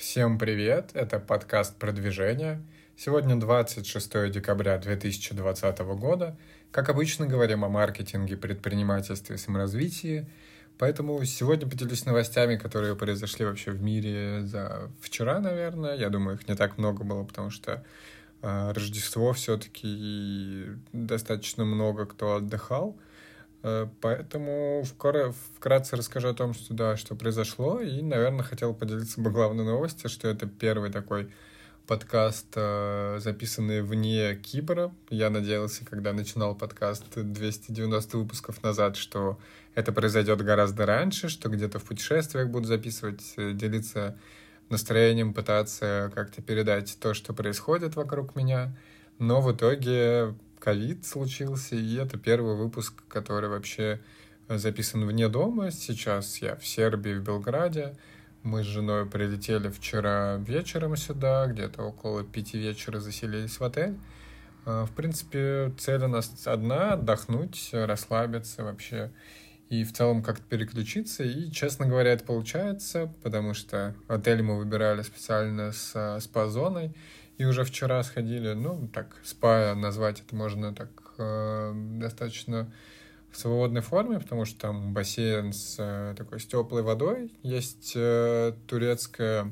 Всем привет, это подкаст «Продвижение». Сегодня 26 декабря 2020 года. Как обычно, говорим о маркетинге, предпринимательстве и саморазвитии. Поэтому сегодня поделюсь новостями, которые произошли вообще в мире за вчера, наверное. Я думаю, их не так много было, потому что Рождество все-таки и достаточно много кто отдыхал. Поэтому вкратце расскажу о том, что произошло, и, наверное, хотел поделиться бы главной новостью, что это первый такой подкаст, записанный вне Кипра. Я надеялся, когда начинал подкаст 290 выпусков назад, что это произойдет гораздо раньше, что где-то в путешествиях буду записывать, делиться настроением, пытаться как-то передать то, что происходит вокруг меня. Но в итоге ковид случился, и это первый выпуск, который вообще записан вне дома. Сейчас я в Сербии, в Белграде. Мы с женой прилетели вчера вечером сюда, где-то около 5 вечера заселились в отель. В принципе, цель у нас одна — отдохнуть, расслабиться вообще и в целом как-то переключиться. И, честно говоря, это получается, потому что отель мы выбирали специально с спа-зоной. И уже вчера сходили, спа назвать это можно так достаточно в свободной форме, потому что там бассейн с теплой водой, есть турецкая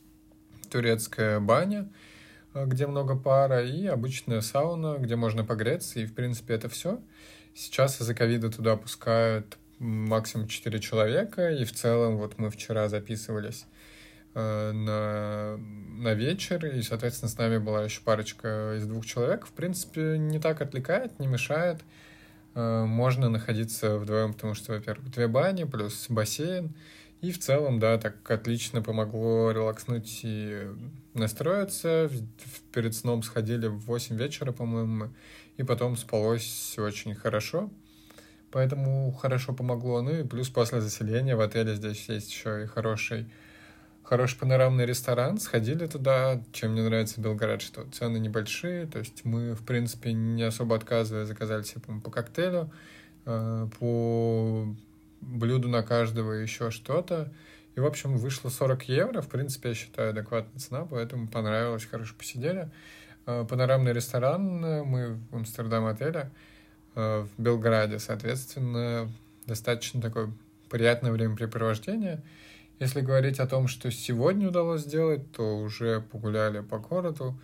баня, где много пара, и обычная сауна, где можно погреться, и, в принципе, это все. Сейчас из-за ковида туда пускают максимум 4 человека, и в целом вот мы вчера записывались на вечер, и, соответственно, с нами была еще парочка из 2 человек. В принципе, не так отвлекает, не мешает. Можно находиться вдвоем, потому что, во-первых, 2 бани плюс бассейн. И в целом, да, так отлично помогло релакснуть и настроиться. Перед сном сходили в 8 вечера, по-моему, и потом спалось очень хорошо. Поэтому хорошо помогло. Ну и плюс после заселения в отеле здесь есть еще и хороший панорамный ресторан, сходили туда. Чем мне нравится Белград, что цены небольшие, то есть мы, в принципе, не особо отказывая, заказали себе по коктейлю, по блюду на каждого еще что-то. И, в общем, вышло 40 евро, в принципе, я считаю, адекватная цена, поэтому понравилось, хорошо посидели. Панорамный ресторан, мы в Амстердам-отеле, в Белграде, соответственно, достаточно такое приятное времяпрепровождение. Если говорить о том, что сегодня удалось сделать, то уже погуляли по городу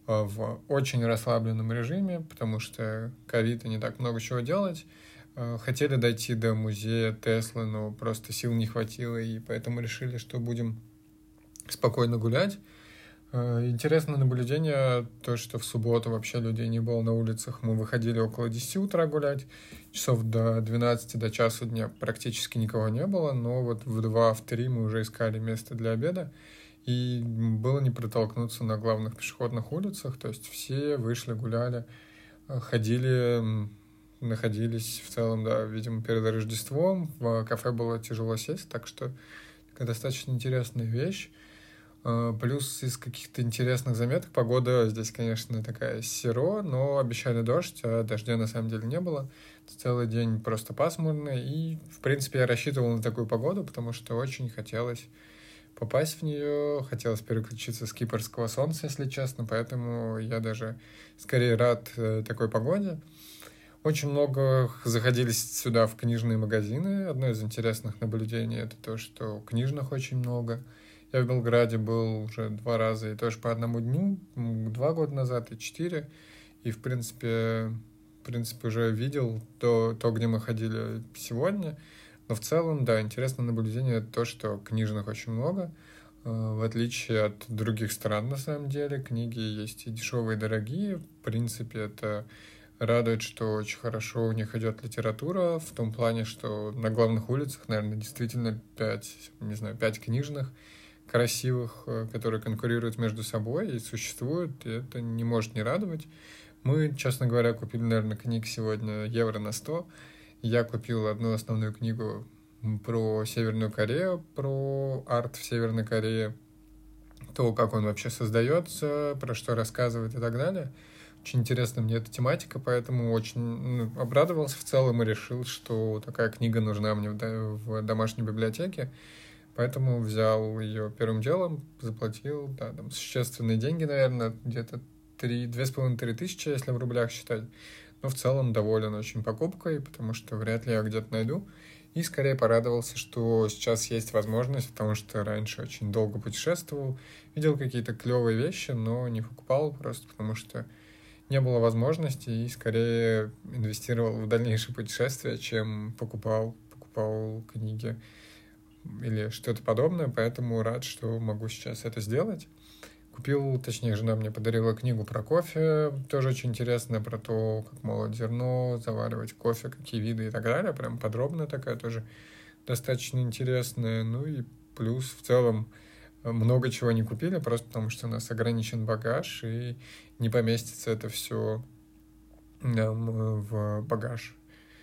в очень расслабленном режиме, потому что ковид и не так много чего делать. Хотели дойти до музея Теслы, но просто сил не хватило, и поэтому решили, что будем спокойно гулять. Интересное наблюдение, то, что в субботу вообще людей не было на улицах. Мы выходили около 10 утра гулять, часов до 12, до часу дня практически никого не было, но вот в 2, в 3 мы уже искали место для обеда, и было не протолкнуться на главных пешеходных улицах, то есть все вышли, гуляли, ходили, находились в целом, да, видимо, перед Рождеством. В кафе было тяжело сесть, так что такая достаточно интересная вещь. Плюс из каких-то интересных заметок погода здесь, конечно, такая серо, но обещали дождь, а дождя на самом деле не было. Целый день просто пасмурно, и, в принципе, я рассчитывал на такую погоду, потому что очень хотелось попасть в нее, хотелось переключиться с кипрского солнца, если честно, поэтому я даже скорее рад такой погоде. Очень много заходили сюда в книжные магазины. Одно из интересных наблюдений — это то, что книжных очень много. Я в Белграде был уже 2 раза, и тоже по одному дню, 2 года назад и 4. И, в принципе, уже видел то, где мы ходили сегодня. Но в целом, да, интересное наблюдение — это то, что книжных очень много. В отличие от других стран, на самом деле, книги есть и дешевые, и дорогие. В принципе, это радует, что очень хорошо у них идет литература, в том плане, что на главных улицах, наверное, действительно 5 книжных, красивых, которые конкурируют между собой и существуют, и это не может не радовать. Мы, честно говоря, купили, наверное, книг сегодня евро на 100. Я купил одну основную книгу про Северную Корею, про арт в Северной Корее, то, как он вообще создается, про что рассказывает и так далее. Очень интересна мне эта тематика, поэтому очень обрадовался в целом и решил, что такая книга нужна мне в домашней библиотеке. Поэтому взял ее первым делом, заплатил, да, там существенные деньги, наверное, где-то 2,5-3 тысячи, если в рублях считать. Но в целом доволен очень покупкой, потому что вряд ли я где-то найду. И скорее порадовался, что сейчас есть возможность, потому что раньше очень долго путешествовал, видел какие-то клевые вещи, но не покупал просто потому что не было возможности и скорее инвестировал в дальнейшее путешествие, чем покупал книги или что-то подобное, поэтому рад, что могу сейчас это сделать. Купил, точнее, жена мне подарила книгу про кофе, тоже очень интересная, про то, как молоть зерно, заваривать кофе, какие виды и так далее, прям подробно такая тоже достаточно интересная. Ну и плюс в целом много чего не купили, просто потому что у нас ограничен багаж, и не поместится это все нам в багаж.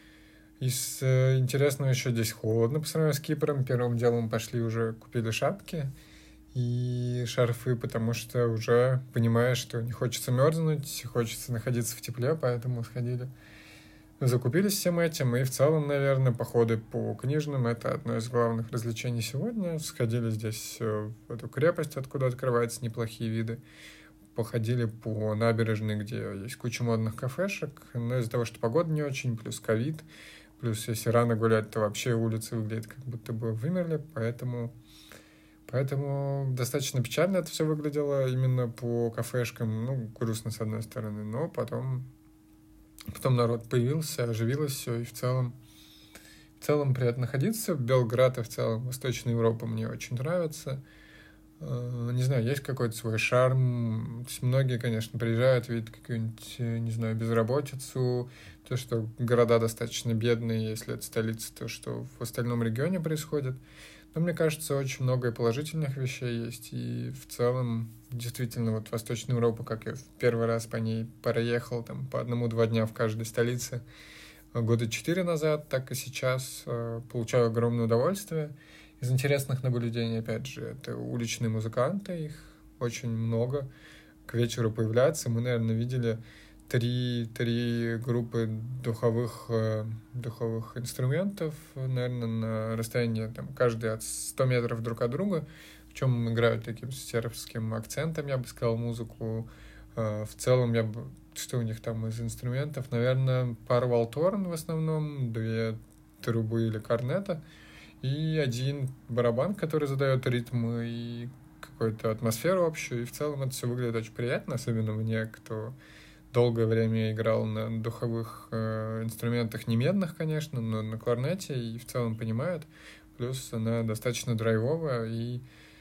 Из интересного еще здесь холодно по сравнению с Кипром. Первым делом пошли уже купили шапки и шарфы, потому что уже понимаешь, что не хочется мерзнуть, хочется находиться в тепле, поэтому сходили. Закупились всем этим, и в целом, наверное, походы по книжным — это одно из главных развлечений сегодня. Сходили здесь в эту крепость, откуда открываются неплохие виды. Походили по набережной, где есть куча модных кафешек, но из-за того, что погода не очень, плюс ковид, плюс если рано гулять, то вообще улицы выглядят как будто бы вымерли, поэтому достаточно печально это все выглядело именно по кафешкам. Ну, грустно с одной стороны, но потом народ появился, оживилось все, и в целом приятно находиться. Белград и в целом Восточная Европа мне очень нравится. Не знаю, есть какой-то свой шарм. То есть многие, конечно, приезжают, видят какую-нибудь, не знаю, безработицу, то, что города достаточно бедные, если это столица, то, что в остальном регионе происходит. Но мне кажется, очень много и положительных вещей есть. И в целом, действительно, вот Восточная Европа, как я в первый раз по ней проехал, там, по 1-2 дня в каждой столице года 4 назад, так и сейчас получаю огромное удовольствие. Из интересных наблюдений, опять же, это уличные музыканты, их очень много. К вечеру появляются. Мы, наверное, видели три группы духовых инструментов, наверное, на расстоянии там, каждый от 100 метров друг от друга, причем играют таким сербским акцентом, я бы сказал, музыку. В целом, что у них там из инструментов? Наверное, пара валторн в основном, 2 трубы или корнета, и 1 барабан, который задает ритм и какую-то атмосферу общую. И в целом это все выглядит очень приятно, особенно мне, кто долгое время играл на духовых инструментах, не медных, конечно, но на кларнете, и в целом понимает. Плюс она достаточно драйвовая, и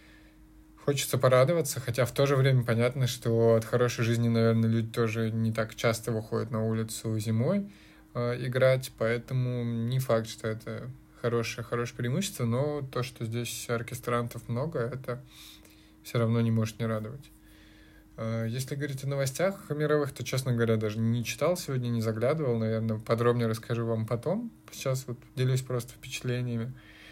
хочется порадоваться, хотя в то же время понятно, что от хорошей жизни, наверное, люди тоже не так часто выходят на улицу зимой играть, поэтому не факт, что это хорошее преимущество, но то, что здесь оркестрантов много, это все равно не может не радовать. Если говорить о новостях мировых, то, честно говоря, даже не читал сегодня, не заглядывал, наверное, подробнее расскажу вам потом. Сейчас вот делюсь просто впечатлениями.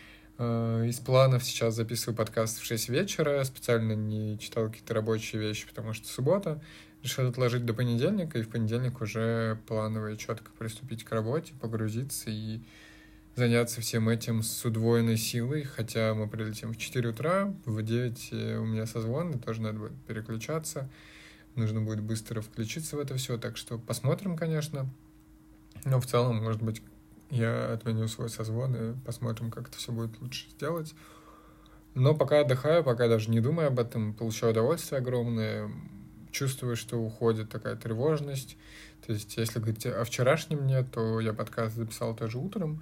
Из планов сейчас записываю подкаст в 6 вечера, специально не читал какие-то рабочие вещи, потому что суббота. Решил отложить до понедельника, и в понедельник уже планово и четко приступить к работе, погрузиться и заняться всем этим с удвоенной силой, хотя мы прилетим в 4 утра, в 9 у меня созвон, и тоже надо будет переключаться, нужно будет быстро включиться в это все, так что посмотрим, конечно, но в целом, может быть, я отменю свой созвон и посмотрим, как это все будет лучше сделать. Но пока отдыхаю, пока даже не думаю об этом, получаю удовольствие огромное, чувствую, что уходит такая тревожность. То есть, если говорить о вчерашнем дне, то я подкаст записал тоже утром,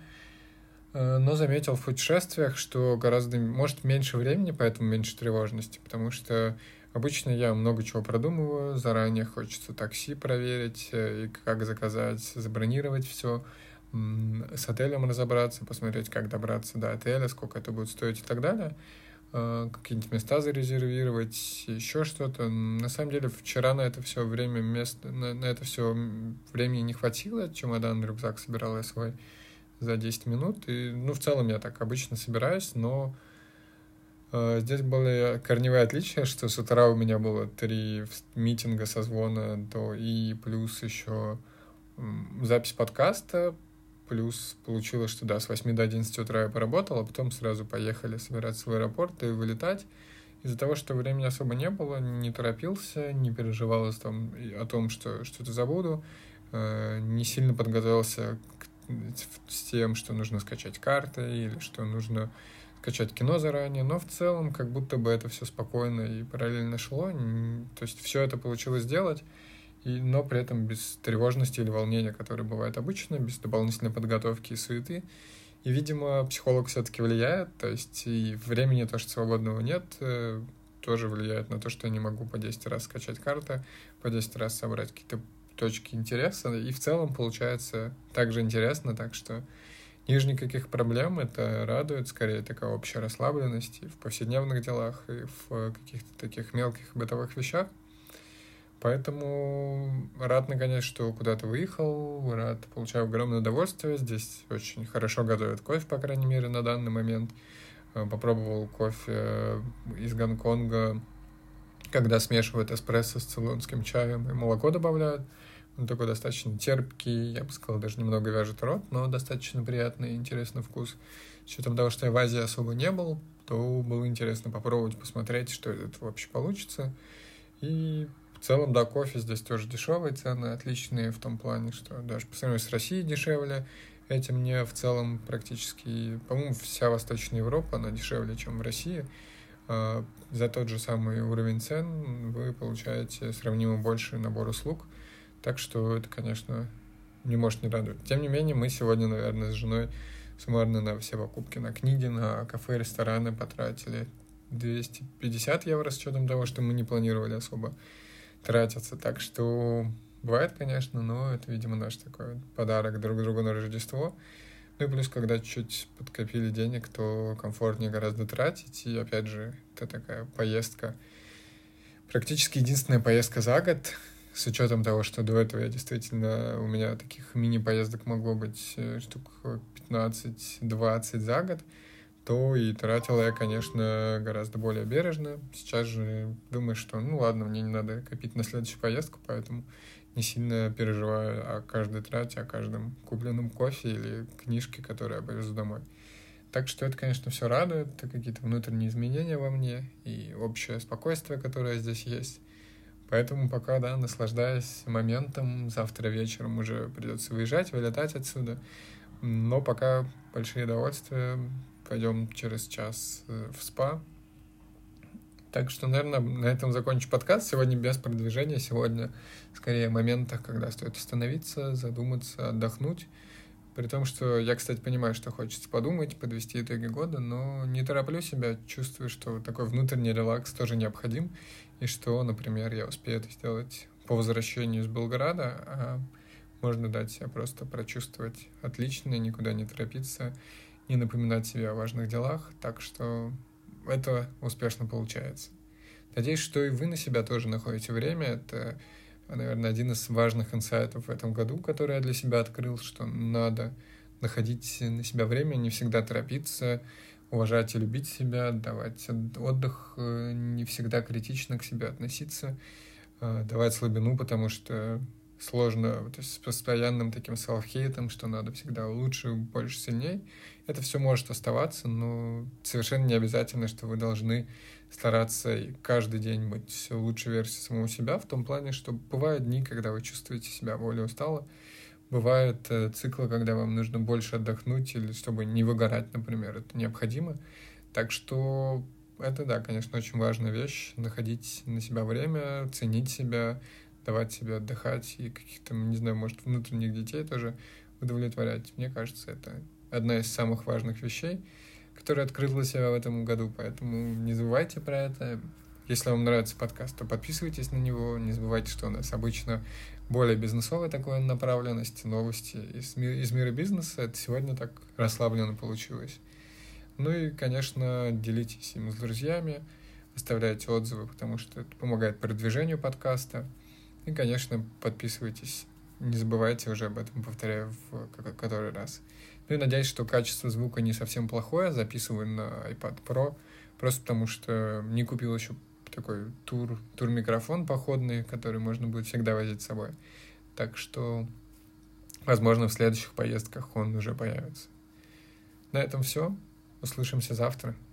но заметил в путешествиях, что гораздо, может, меньше времени, поэтому меньше тревожности, потому что обычно я много чего продумываю, заранее хочется такси проверить, и как заказать, забронировать все, с отелем разобраться, посмотреть, как добраться до отеля, сколько это будет стоить и так далее, какие-нибудь места зарезервировать, еще что-то. На самом деле, вчера на это все время на это все времени не хватило, чемодан, рюкзак собирал я свой за 10 минут. И, в целом я так обычно собираюсь, но здесь были корневые отличия, что с утра у меня было 3 митинга, созвона и плюс еще запись подкаста, плюс получилось, что да, с 8 до 11 утра я поработал, а потом сразу поехали собираться в аэропорт и вылетать. Из-за того, что времени особо не было, не торопился, не переживал о том, что что-то забуду, не сильно подготовился с тем, что нужно скачать карты или что нужно скачать кино заранее, но в целом как будто бы это все спокойно и параллельно шло, то есть все это получилось сделать, но при этом без тревожности или волнения, которые бывают обычно, без дополнительной подготовки и суеты. И, видимо, психолог все-таки влияет, то есть и времени то, что свободного нет, тоже влияет на то, что я не могу по 10 раз скачать карты, по 10 раз собрать какие-то точки интереса, и в целом получается так же интересно, так что нет никаких проблем, это радует, скорее такая общая расслабленность и в повседневных делах, и в каких-то таких мелких бытовых вещах. Поэтому рад, наконец, что куда-то выехал, рад, получаю огромное удовольствие. Здесь очень хорошо готовят кофе, по крайней мере, на данный момент. Попробовал кофе из Гонконга, когда смешивают эспрессо с цейлонским чаем и молоко добавляют. Он такой достаточно терпкий, я бы сказал, даже немного вяжет рот, но достаточно приятный и интересный вкус. С учетом того, что я в Азии особо не был, то было интересно попробовать, посмотреть, что это вообще получится. И в целом, да, кофе здесь тоже дешевые, цены отличные в том плане, что даже по сравнению с Россией дешевле. Этим мне в целом практически, по-моему, вся Восточная Европа, она дешевле, чем в России. За тот же самый уровень цен вы получаете сравнимо больший набор услуг. Так что это, конечно, не может не радовать. Тем не менее, мы сегодня, наверное, с женой суммарно на все покупки, на книги, на кафе, рестораны потратили 250 евро с учетом того, что мы не планировали особо тратиться. Так что бывает, конечно, но это, видимо, наш такой подарок друг другу на Рождество. Ну и плюс, когда чуть подкопили денег, то комфортнее гораздо тратить. И опять же, это такая поездка, практически единственная поездка за год, с учетом того, что до этого у меня таких мини-поездок могло быть штук 15-20 за год, то и тратил я, конечно, гораздо более бережно. Сейчас же думаю, что, ладно, мне не надо копить на следующую поездку, поэтому не сильно переживаю о каждой трате, о каждом купленном кофе или книжке, которую я повезу домой. Так что это, конечно, все радует, это какие-то внутренние изменения во мне и общее спокойствие, которое здесь есть. Поэтому пока, да, наслаждаюсь моментом. Завтра вечером уже придется выезжать, вылетать отсюда. Но пока большие удовольствия. Пойдем через час в спа. Так что, наверное, на этом закончу подкаст. Сегодня без продвижения. Сегодня скорее в моментах, когда стоит остановиться, задуматься, отдохнуть. При том, что я, кстати, понимаю, что хочется подумать, подвести итоги года, но не тороплю себя, чувствую, что такой внутренний релакс тоже необходим, и что, например, я успею это сделать по возвращению из Белграда, а можно дать себе просто прочувствовать отлично, никуда не торопиться, не напоминать себе о важных делах, так что это успешно получается. Надеюсь, что и вы на себя тоже находите время, это, наверное, один из важных инсайтов в этом году, который я для себя открыл, что надо находить на себя время, не всегда торопиться, уважать и любить себя, давать отдых, не всегда критично к себе относиться, давать слабину, потому что сложно, то есть с постоянным таким селф-хейтом, что надо всегда лучше, больше, сильней. Это все может оставаться, но совершенно не обязательно, что вы должны стараться и каждый день быть лучшей версией самого себя, в том плане, что бывают дни, когда вы чувствуете себя более устало, бывают циклы, когда вам нужно больше отдохнуть или чтобы не выгорать, например, это необходимо. Так что это, да, конечно, очень важная вещь, находить на себя время, ценить себя, давать себе отдыхать и каких-то, не знаю, может, внутренних детей тоже удовлетворять. Мне кажется, это одна из самых важных вещей, которая открыла для себя в этом году, поэтому не забывайте про это. Если вам нравится подкаст, то подписывайтесь на него, не забывайте, что у нас обычно более бизнесовая такая направленность, новости из мира бизнеса. Это сегодня так расслабленно получилось. Ну и, конечно, делитесь им с друзьями, оставляйте отзывы, потому что это помогает продвижению подкаста. И, конечно, подписывайтесь. Не забывайте уже об этом, повторяю в который раз. Ну и надеюсь, что качество звука не совсем плохое. Записываю на iPad Pro, просто потому что не купил еще такой тур-микрофон походный, который можно будет всегда возить с собой. Так что Возможно, в следующих поездках он уже появится. На этом все. Услышимся завтра.